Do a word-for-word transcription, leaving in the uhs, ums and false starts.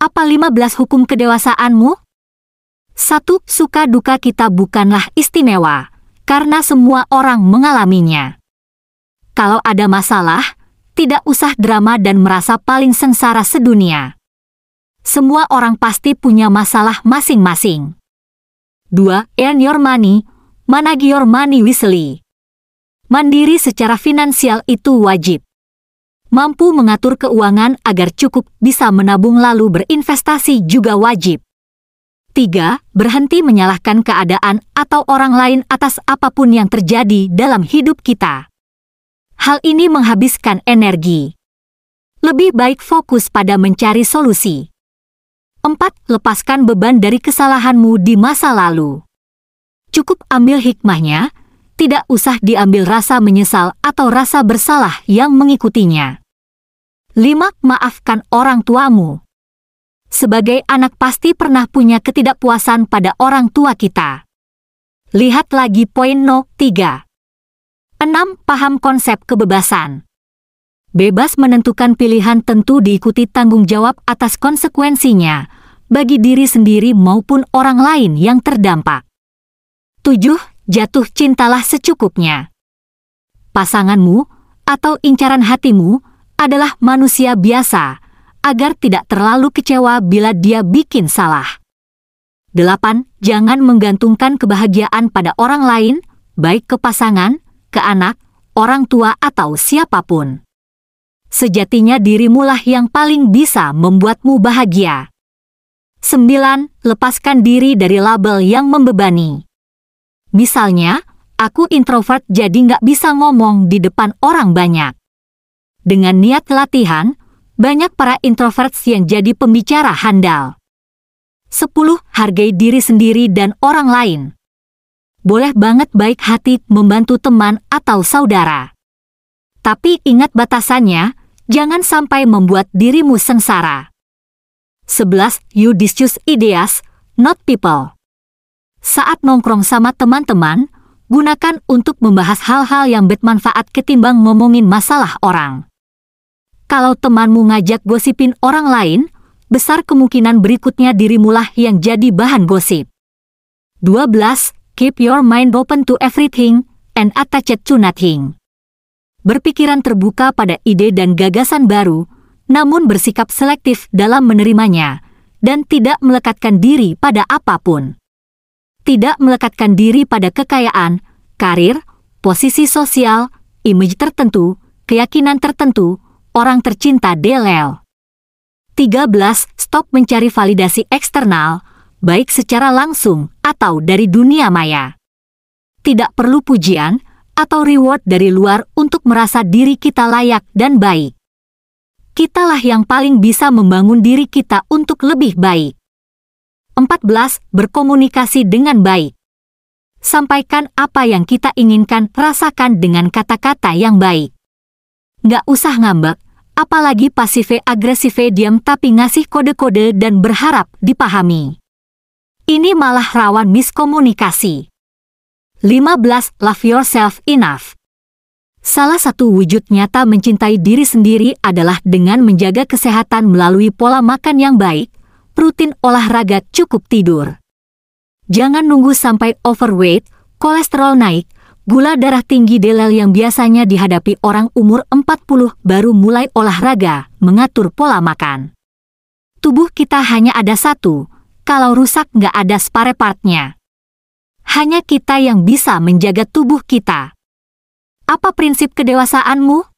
Apa lima belas hukum kedewasaanmu? satu. Suka duka kita bukanlah istimewa, karena semua orang mengalaminya. Kalau ada masalah, tidak usah drama dan merasa paling sengsara sedunia. Semua orang pasti punya masalah masing-masing. dua. Earn your money, manage your money wisely. Mandiri secara finansial itu wajib. Mampu mengatur keuangan agar cukup bisa menabung lalu berinvestasi juga wajib. tiga. Berhenti menyalahkan keadaan atau orang lain atas apapun yang terjadi dalam hidup kita. Hal ini menghabiskan energi. Lebih baik fokus pada mencari solusi. empat. Lepaskan beban dari kesalahanmu di masa lalu. Cukup ambil hikmahnya, tidak usah diambil rasa menyesal atau rasa bersalah yang mengikutinya. lima. Maafkan orang tuamu. Sebagai anak pasti pernah punya ketidakpuasan pada orang tua kita. Lihat lagi poin no tiga. enam. Paham konsep kebebasan. Bebas menentukan pilihan tentu diikuti tanggung jawab atas konsekuensinya, bagi diri sendiri maupun orang lain yang terdampak. tujuh. Jatuh cintalah secukupnya. Pasanganmu atau incaran hatimu adalah manusia biasa, agar tidak terlalu kecewa bila dia bikin salah. delapan. Jangan menggantungkan kebahagiaan pada orang lain, baik ke pasangan, ke anak, orang tua atau siapapun. Sejatinya dirimulah yang paling bisa membuatmu bahagia. sembilan. Lepaskan diri dari label yang membebani. Misalnya, aku introvert jadi nggak bisa ngomong di depan orang banyak. Dengan niat latihan, banyak para introverts yang jadi pembicara handal. sepuluh. Hargai diri sendiri dan orang lain. Boleh banget baik hati membantu teman atau saudara. Tapi ingat batasannya, jangan sampai membuat dirimu sengsara. sebelas. You discuss ideas, not people. Saat nongkrong sama teman-teman, gunakan untuk membahas hal-hal yang bermanfaat ketimbang ngomongin masalah orang. Kalau temanmu ngajak gosipin orang lain, besar kemungkinan berikutnya dirimulah yang jadi bahan gosip. dua belas. Keep your mind open to everything, and attached to nothing. Berpikiran terbuka pada ide dan gagasan baru, namun bersikap selektif dalam menerimanya, dan tidak melekatkan diri pada apapun. Tidak melekatkan diri pada kekayaan, karir, posisi sosial, image tertentu, keyakinan tertentu, orang tercinta delel. tiga belas. Stop mencari validasi eksternal, baik secara langsung atau dari dunia maya. Tidak perlu pujian atau reward dari luar untuk merasa diri kita layak dan baik. Kitalah yang paling bisa membangun diri kita untuk lebih baik. empat belas. Berkomunikasi dengan baik. Sampaikan apa yang kita inginkan, rasakan dengan kata-kata yang baik. Nggak usah ngambek, apalagi pasive-agresive diam tapi ngasih kode-kode dan berharap dipahami. Ini malah rawan miskomunikasi. lima belas. Love yourself enough. Salah satu wujud nyata mencintai diri sendiri adalah dengan menjaga kesehatan melalui pola makan yang baik, rutin olahraga, cukup tidur. Jangan nunggu sampai overweight, kolesterol naik, gula darah tinggi delel yang biasanya dihadapi orang umur empat puluh baru mulai olahraga, mengatur pola makan. Tubuh kita hanya ada satu, kalau rusak nggak ada spare partnya. Hanya kita yang bisa menjaga tubuh kita. Apa prinsip kedewasaanmu?